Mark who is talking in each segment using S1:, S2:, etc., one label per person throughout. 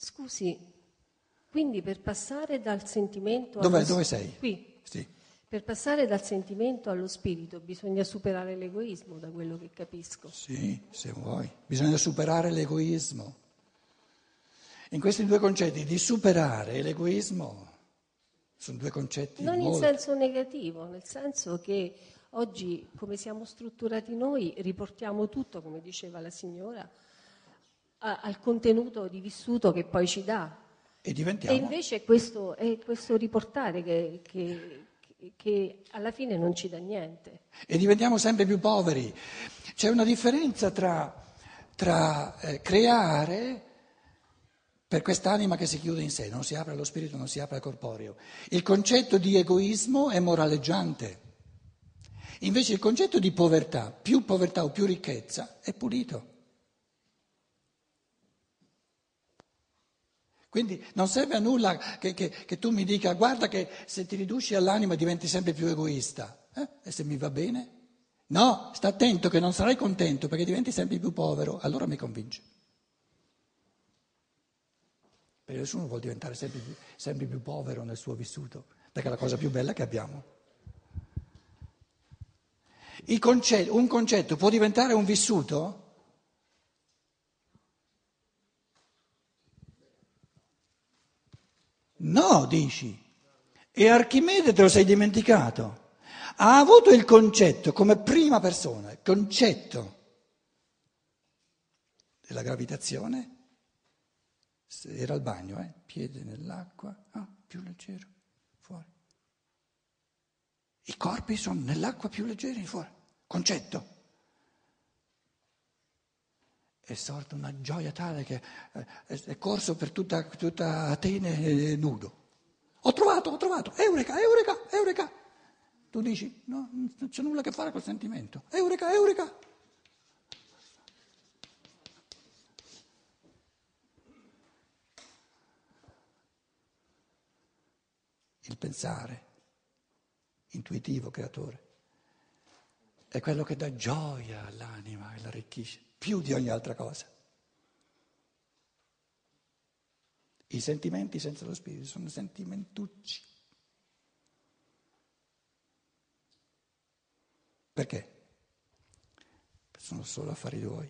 S1: Scusi, quindi per passare dal sentimento
S2: Dove sei?
S1: Qui.
S2: Sì.
S1: Per passare dal sentimento allo spirito bisogna superare l'egoismo, da quello che capisco.
S2: Sì, se vuoi. Bisogna superare l'egoismo. In questi due concetti di superare e l'egoismo sono due concetti
S1: Non in
S2: molto...
S1: senso negativo, nel senso che oggi, come siamo strutturati noi, riportiamo tutto, come diceva la signora, al contenuto di vissuto che poi ci dà.
S2: E
S1: E
S2: diventiamo...
S1: invece è questo riportare che alla fine non ci dà niente.
S2: E diventiamo sempre più poveri. C'è una differenza tra creare per quest'anima che si chiude in sé, non si apre allo spirito, non si apre al corporeo. Il concetto di egoismo è moraleggiante. Invece il concetto di povertà o più ricchezza, è pulito. Quindi non serve a nulla che tu mi dica guarda che se ti riduci all'anima diventi sempre più egoista. E se mi va bene? No, sta attento che non sarai contento perché diventi sempre più povero, allora mi convince. Perché nessuno vuole diventare sempre più povero nel suo vissuto, perché è la cosa più bella che abbiamo. Un concetto può diventare un vissuto? No, dici. E Archimede te lo sei dimenticato. Ha avuto il concetto come prima persona, il concetto della gravitazione. Era al bagno, piede nell'acqua, più leggero, fuori. I corpi sono nell'acqua più leggeri, fuori. Concetto. È sorta una gioia tale che è corso per tutta Atene nudo. Ho trovato, eureka, eureka, eureka. Tu dici, no, non c'è nulla a che fare col sentimento. Eureka, eureka. Il pensare intuitivo, creatore, è quello che dà gioia all'anima e la arricchisce, più di ogni altra cosa. I sentimenti senza lo spirito sono sentimentucci. Perché? Sono solo affari tuoi.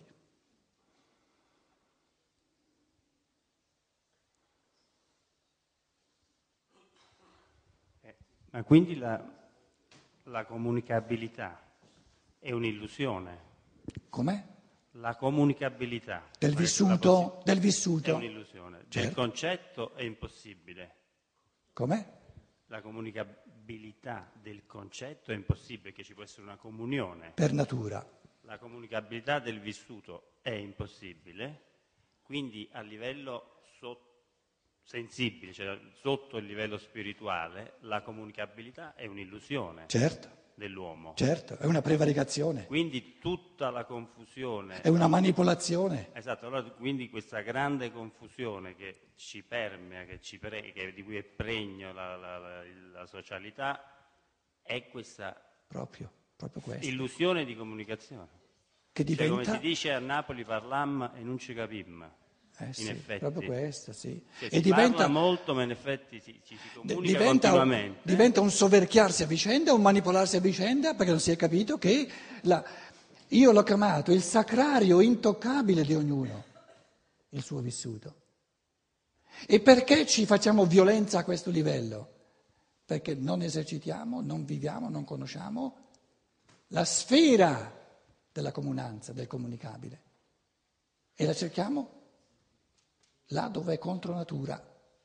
S3: Ma quindi la comunicabilità è un'illusione?
S2: Com'è?
S3: La comunicabilità
S2: Del vissuto?
S3: È un'illusione.
S2: Certo.
S3: Del concetto è impossibile.
S2: Com'è?
S3: La comunicabilità del concetto è impossibile, che ci può essere una comunione.
S2: Per natura.
S3: La comunicabilità del vissuto è impossibile, quindi a livello sensibile, cioè sotto il livello spirituale, la comunicabilità è un'illusione dell'uomo.
S2: Certo, è una prevaricazione.
S3: Quindi tutta la confusione...
S2: È una manipolazione.
S3: Esatto, allora quindi questa grande confusione che ci permea, di cui è pregno la socialità, è questa
S2: Proprio questo.
S3: illusione di comunicazione.
S2: Che diventa...
S3: Cioè, come si dice a Napoli, parlam e non ci capim.
S2: Sì,
S3: effetti.
S2: proprio questo, sì.
S3: Cioè,
S2: e
S3: si parla molto, ma in effetti ci si comunica continuamente.
S2: Diventa un soverchiarsi a vicenda, un manipolarsi a vicenda, perché non si è capito che io l'ho chiamato il sacrario intoccabile di ognuno, il suo vissuto. E perché ci facciamo violenza a questo livello? Perché non esercitiamo, non viviamo, non conosciamo la sfera della comunanza, del comunicabile. E la cerchiamo là dove è contro natura.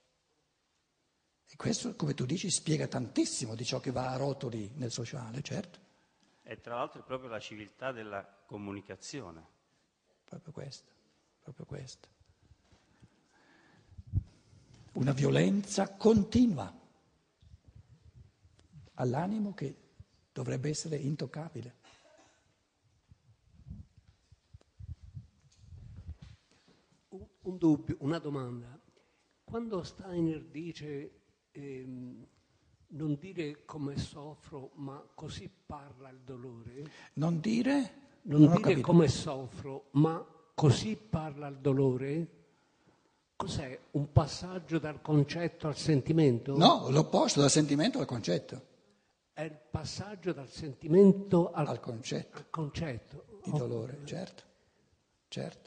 S2: E questo, come tu dici, spiega tantissimo di ciò che va a rotoli nel sociale, certo.
S3: E tra l'altro è proprio la civiltà della comunicazione.
S2: Proprio questo. Una violenza continua all'animo che dovrebbe essere intoccabile.
S4: Un dubbio, una domanda. Quando Steiner dice non dire come soffro, ma così parla il dolore.
S2: Non dire?
S4: Non dire come soffro, ma così parla il dolore. cos'è? Un passaggio dal concetto al sentimento?
S2: No, l'opposto, dal sentimento al concetto.
S4: È il passaggio dal sentimento
S2: Al concetto.
S4: al concetto.
S2: Di dolore, certo, certo.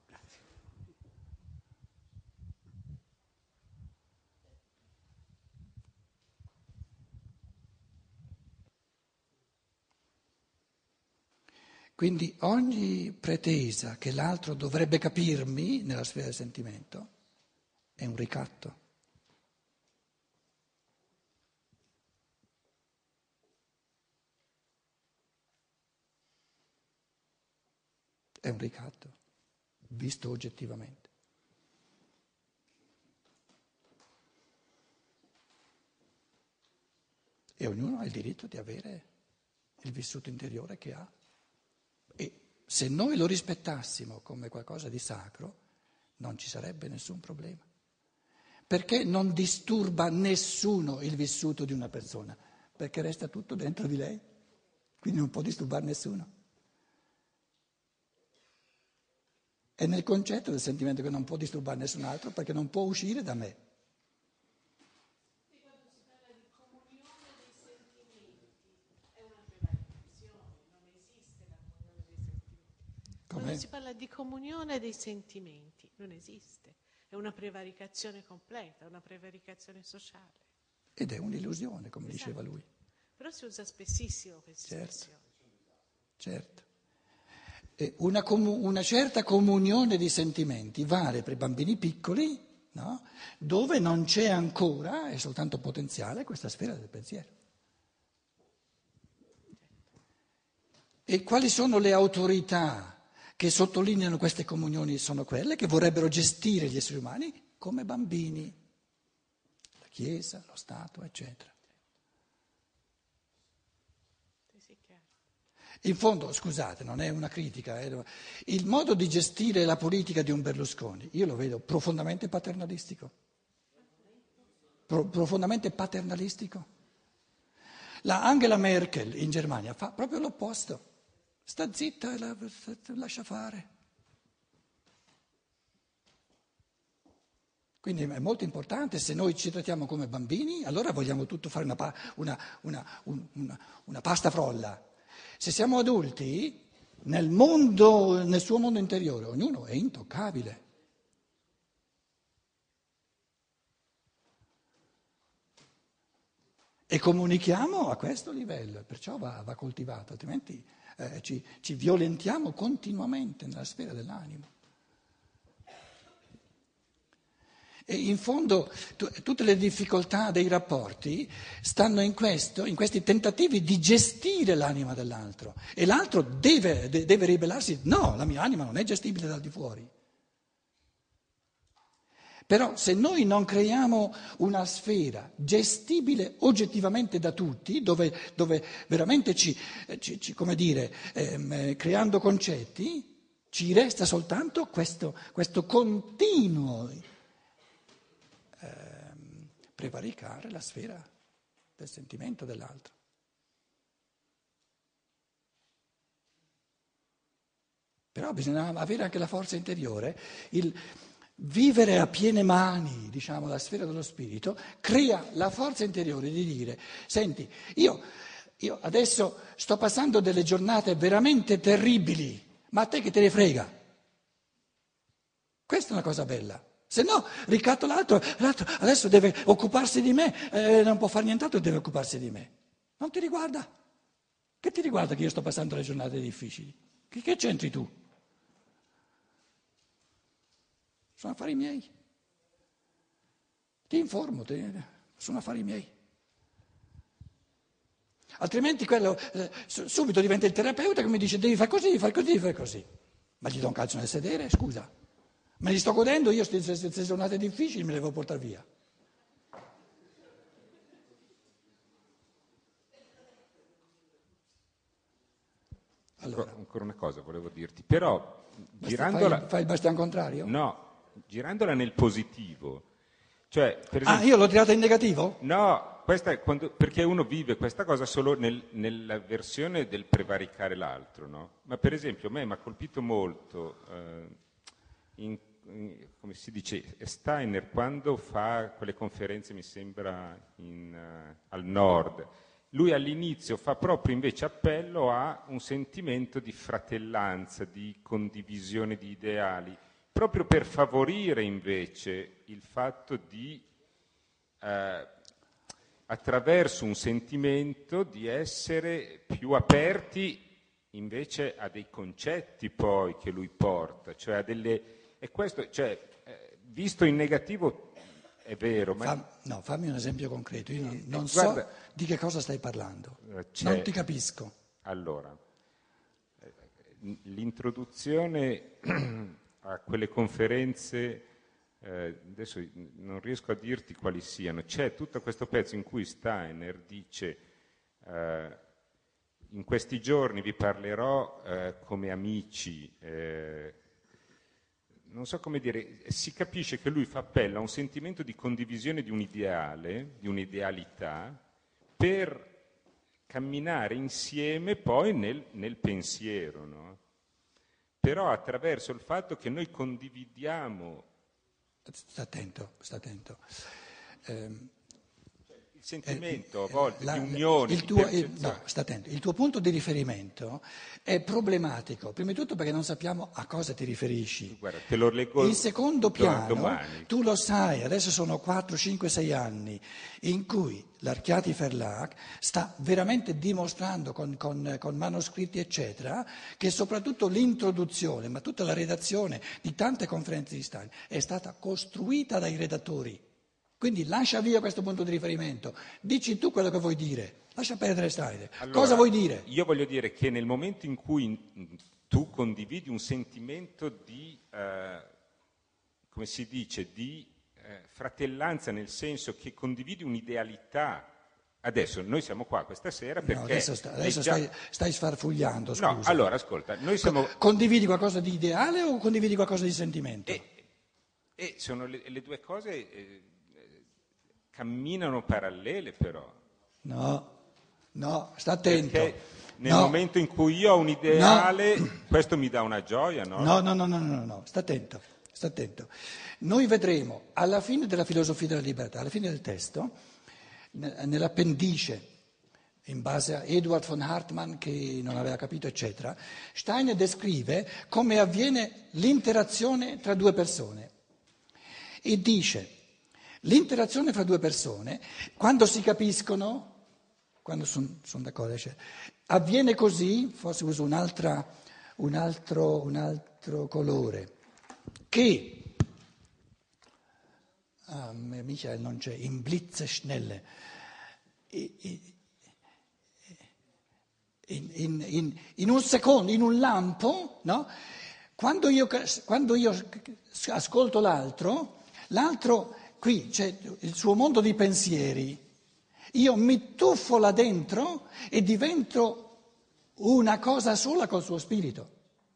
S2: Quindi ogni pretesa che l'altro dovrebbe capirmi nella sfera del sentimento è un ricatto. È un ricatto, visto oggettivamente. E ognuno ha il diritto di avere il vissuto interiore che ha. E se noi lo rispettassimo come qualcosa di sacro, non ci sarebbe nessun problema. Perché non disturba nessuno il vissuto di una persona? Perché resta tutto dentro di lei, quindi non può disturbare nessuno. È nel concetto del sentimento che non può disturbare nessun altro perché non può uscire da me.
S5: E quando si parla di comunione dei sentimenti, è una prevaricazione, non esiste la comunione dei sentimenti. Quando si parla di comunione dei sentimenti, non esiste. È una prevaricazione completa, una prevaricazione sociale.
S2: Ed è un'illusione, come diceva lui.
S5: Però si usa spessissimo questa espressione.
S2: Certo. E una certa comunione di sentimenti vale per i bambini piccoli, no? Dove non c'è ancora, è soltanto potenziale, questa sfera del pensiero. E quali sono le autorità che sottolineano queste comunioni? Sono quelle che vorrebbero gestire gli esseri umani come bambini, la Chiesa, lo Stato, eccetera. In fondo, scusate, non è una critica, il modo di gestire la politica di un Berlusconi, io lo vedo profondamente paternalistico. Profondamente paternalistico. La Angela Merkel in Germania fa proprio l'opposto. Sta zitta e lascia fare. Quindi è molto importante, se noi ci trattiamo come bambini, allora vogliamo tutto fare una pasta frolla. Se siamo adulti, nel suo mondo interiore, ognuno è intoccabile. E comunichiamo a questo livello, perciò va coltivato, altrimenti ci violentiamo continuamente nella sfera dell'animo. E in fondo tutte le difficoltà dei rapporti stanno in questi tentativi di gestire l'anima dell'altro. E l'altro deve ribellarsi, no, la mia anima non è gestibile dal di fuori. Però se noi non creiamo una sfera gestibile oggettivamente da tutti, dove veramente creando concetti, ci resta soltanto questo continuo prevaricare la sfera del sentimento dell'altro. Però bisogna avere anche la forza interiore, il vivere a piene mani, diciamo, la sfera dello spirito, crea la forza interiore di dire, senti, io adesso sto passando delle giornate veramente terribili, ma a te che te ne frega? Questa è una cosa bella. Se no, ricatto l'altro adesso deve occuparsi di me, non può fare nient'altro, deve occuparsi di me. Non ti riguarda. Che ti riguarda che io sto passando le giornate difficili? Che c'entri tu? Sono affari miei. Ti informo, sono affari miei. Altrimenti quello subito diventa il terapeuta che mi dice devi fare così, devi fare così, devi fare così. Ma gli do un calcio nel sedere, scusa. Me li sto godendo, io queste giornate difficili me le devo portare via.
S6: Allora. Ancora una cosa volevo dirti, però girandola...
S2: Fai il bastian contrario?
S6: No, girandola nel positivo. Cioè, per esempio,
S2: io l'ho tirata in negativo?
S6: No, perché uno vive questa cosa solo nella versione del prevaricare l'altro, no? Ma per esempio a me mi ha colpito molto come si dice, Steiner quando fa quelle conferenze, mi sembra, al nord, lui all'inizio fa proprio invece appello a un sentimento di fratellanza, di condivisione di ideali, proprio per favorire invece il fatto di, attraverso un sentimento, di essere più aperti invece a dei concetti poi che lui porta, cioè a delle... E questo, cioè, visto in negativo è vero, ma...
S2: fammi un esempio concreto, io non
S6: guarda,
S2: so di che cosa stai parlando, non ti capisco.
S6: Allora, l'introduzione a quelle conferenze, adesso non riesco a dirti quali siano, c'è tutto questo pezzo in cui Steiner dice in questi giorni vi parlerò come amici, non so come dire, si capisce che lui fa appello a un sentimento di condivisione di un ideale, di un'idealità, per camminare insieme poi nel pensiero, no? Però attraverso il fatto che noi condividiamo...
S2: Sta attento.
S6: Il sentimento a volte di unione,
S2: sta attento. Il tuo punto di riferimento è problematico, prima di tutto perché non sappiamo a cosa ti riferisci.
S6: Guarda, te lo leggo.
S2: In secondo piano,
S6: domani.
S2: tu lo sai, adesso sono 4, 5, 6 anni in cui l'Archiati Verlag sta veramente dimostrando con manoscritti eccetera che soprattutto l'introduzione, ma tutta la redazione di tante conferenze di Steiner è stata costruita dai redattori. Quindi lascia via questo punto di riferimento, dici tu quello che vuoi dire, lascia perdere Steiner.
S6: Allora,
S2: cosa vuoi dire?
S6: Io voglio dire che nel momento in cui tu condividi un sentimento di, come si dice, di fratellanza, nel senso che condividi un'idealità. Adesso noi siamo qua questa sera perché...
S2: No, adesso stai sfarfugliando, scusa.
S6: No, allora ascolta, noi siamo...
S2: Condividi qualcosa di ideale o condividi qualcosa di sentimento?
S6: E sono le due cose... camminano parallele però.
S2: No, sta attento.
S6: Perché nel momento in cui io ho un ideale, questo mi dà una gioia, no?
S2: No, sta attento. Noi vedremo alla fine della filosofia della libertà, alla fine del testo, nell'appendice, in base a Eduard von Hartmann che non aveva capito, eccetera, Steiner descrive come avviene l'interazione tra due persone e dice: l'interazione fra due persone, quando si capiscono, quando sono d'accordo, avviene così, forse uso un altro colore, che, Michael non c'è, in Blitzschnelle, in un secondo, in un lampo, no? Quando io ascolto l'altro, qui c'è il suo mondo di pensieri, io mi tuffo là dentro e divento una cosa sola col suo spirito.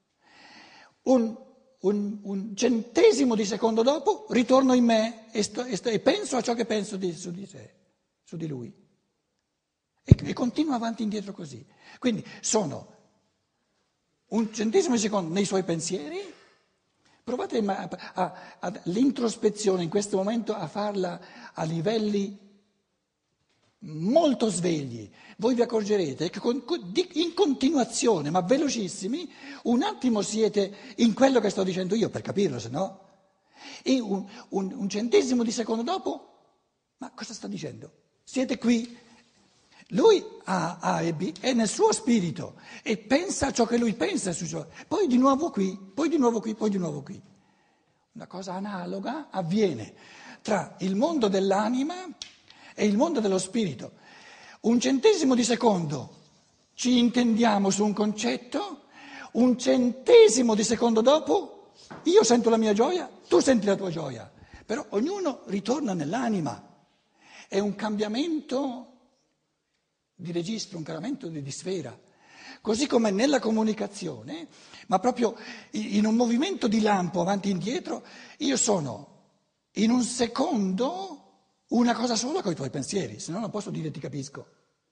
S2: Un centesimo di secondo dopo ritorno in me e penso a ciò che penso su di sé, su di lui. E continuo avanti e indietro così. Quindi sono un centesimo di secondo nei suoi pensieri. Provate l'introspezione in questo momento a farla a livelli molto svegli. Voi vi accorgerete che in continuazione, ma velocissimi, un attimo siete in quello che sto dicendo io, per capirlo, se no. E un centesimo di secondo dopo, ma cosa sta dicendo? Siete qui. Lui A e B è nel suo spirito e pensa a ciò che lui pensa, poi di nuovo qui, poi di nuovo qui, poi di nuovo qui. Una cosa analoga avviene tra il mondo dell'anima e il mondo dello spirito. Un centesimo di secondo ci intendiamo su un concetto, un centesimo di secondo dopo io sento la mia gioia, tu senti la tua gioia, però ognuno ritorna nell'anima. È un cambiamento di registro, un cambiamento di sfera. Così come nella comunicazione, ma proprio in un movimento di lampo avanti e indietro, io sono in un secondo una cosa sola con i tuoi pensieri, se no non posso dire ti capisco.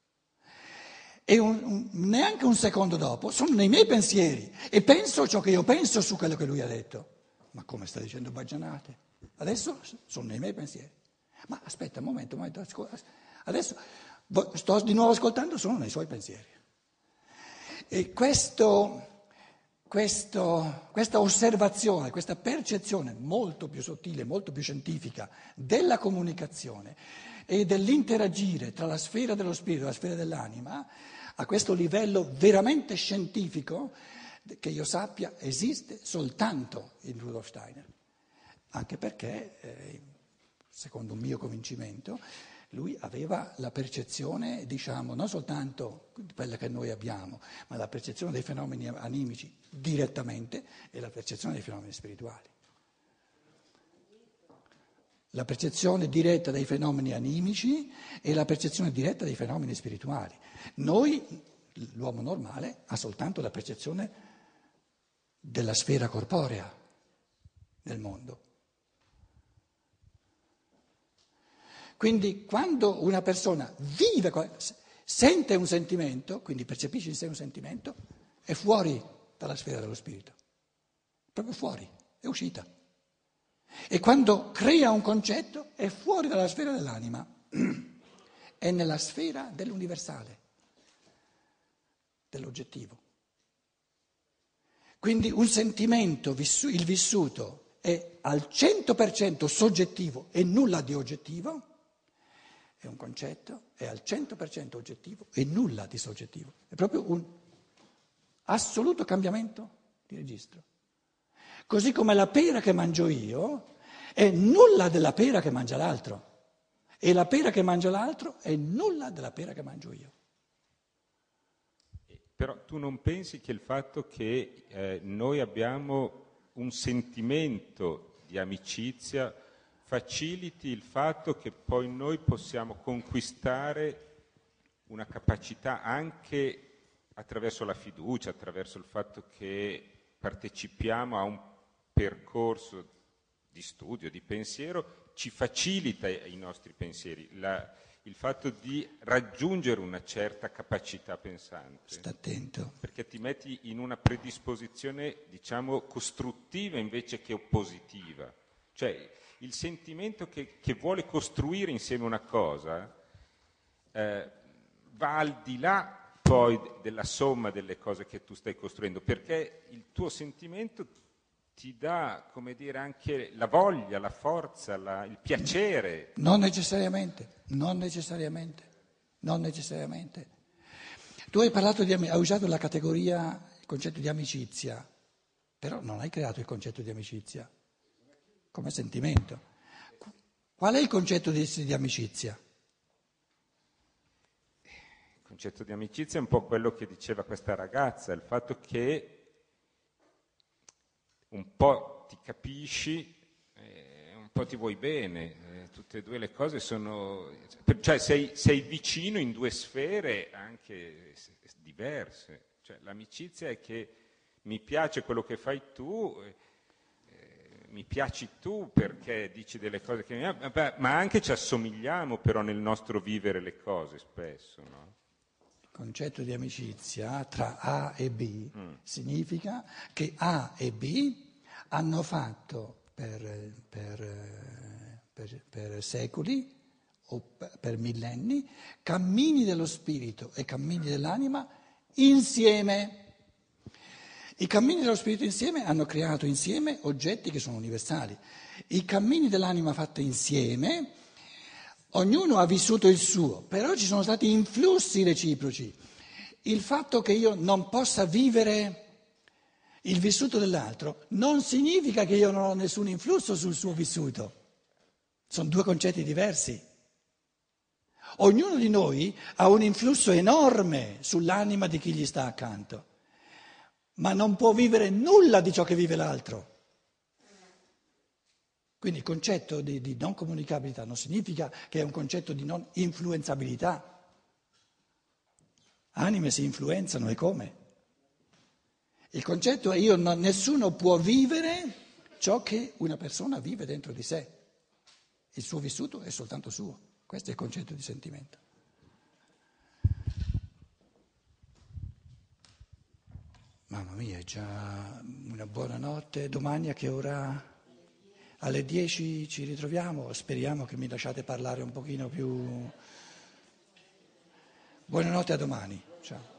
S2: E neanche un secondo dopo sono nei miei pensieri e penso ciò che io penso su quello che lui ha detto. Ma come stai dicendo baggianate? Adesso sono nei miei pensieri. Ma aspetta un momento, adesso sto di nuovo ascoltando, sono nei suoi pensieri. E questa osservazione, questa percezione molto più sottile, molto più scientifica della comunicazione e dell'interagire tra la sfera dello spirito e la sfera dell'anima, a questo livello veramente scientifico, che io sappia, esiste soltanto in Rudolf Steiner. Anche perché, secondo un mio convincimento, lui aveva la percezione, diciamo, non soltanto quella che noi abbiamo, ma la percezione dei fenomeni animici direttamente e la percezione dei fenomeni spirituali. La percezione diretta dei fenomeni animici e la percezione diretta dei fenomeni spirituali. Noi, l'uomo normale, ha soltanto la percezione della sfera corporea del mondo. Quindi quando una persona sente un sentimento, quindi percepisce in sé un sentimento, è fuori dalla sfera dello spirito, proprio fuori, è uscita. E quando crea un concetto è fuori dalla sfera dell'anima, è nella sfera dell'universale, dell'oggettivo. Quindi un sentimento, il vissuto, è al 100% soggettivo e nulla di oggettivo. È un concetto, è al 100% oggettivo e nulla di soggettivo. È proprio un assoluto cambiamento di registro. Così come la pera che mangio io è nulla della pera che mangia l'altro. E la pera che mangia l'altro è nulla della pera che mangio io.
S6: Però tu non pensi che il fatto che noi abbiamo un sentimento di amicizia faciliti il fatto che poi noi possiamo conquistare una capacità anche attraverso la fiducia, attraverso il fatto che partecipiamo a un percorso di studio, di pensiero, ci facilita i nostri pensieri, il fatto di raggiungere una certa capacità pensante.
S2: Sta attento.
S6: Perché ti metti in una predisposizione, diciamo, costruttiva invece che oppositiva. Cioè, il sentimento che vuole costruire insieme una cosa va al di là poi della somma delle cose che tu stai costruendo, perché il tuo sentimento ti dà, come dire, anche la voglia, la forza, il piacere.
S2: Non necessariamente. Tu hai parlato hai usato la categoria, il concetto di amicizia, però non hai creato il concetto di amicizia come sentimento. Qual è il concetto di amicizia?
S6: Il concetto di amicizia è un po' quello che diceva questa ragazza, il fatto che un po' ti capisci, un po' ti vuoi bene, tutte e due le cose sono... Cioè sei vicino in due sfere anche diverse. Cioè, l'amicizia è che mi piace quello che fai tu, mi piaci tu perché dici delle cose che ma anche ci assomigliamo però nel nostro vivere le cose spesso, no?
S2: Il concetto di amicizia tra A e B significa che A e B hanno fatto per secoli o per millenni cammini dello spirito e cammini dell'anima insieme. I cammini dello spirito insieme hanno creato insieme oggetti che sono universali. I cammini dell'anima fatti insieme, ognuno ha vissuto il suo, però ci sono stati influssi reciproci. Il fatto che io non possa vivere il vissuto dell'altro non significa che io non ho nessun influsso sul suo vissuto. Sono due concetti diversi. Ognuno di noi ha un influsso enorme sull'anima di chi gli sta accanto, ma non può vivere nulla di ciò che vive l'altro. Quindi il concetto di non comunicabilità non significa che è un concetto di non influenzabilità. Anime si influenzano e come? Il concetto è nessuno può vivere ciò che una persona vive dentro di sé. Il suo vissuto è soltanto suo. Questo è il concetto di sentimento. Mamma mia, è già una buona notte. Domani a che ora? Alle 10 ci ritroviamo, speriamo che mi lasciate parlare un pochino più. Buonanotte, a domani. Ciao.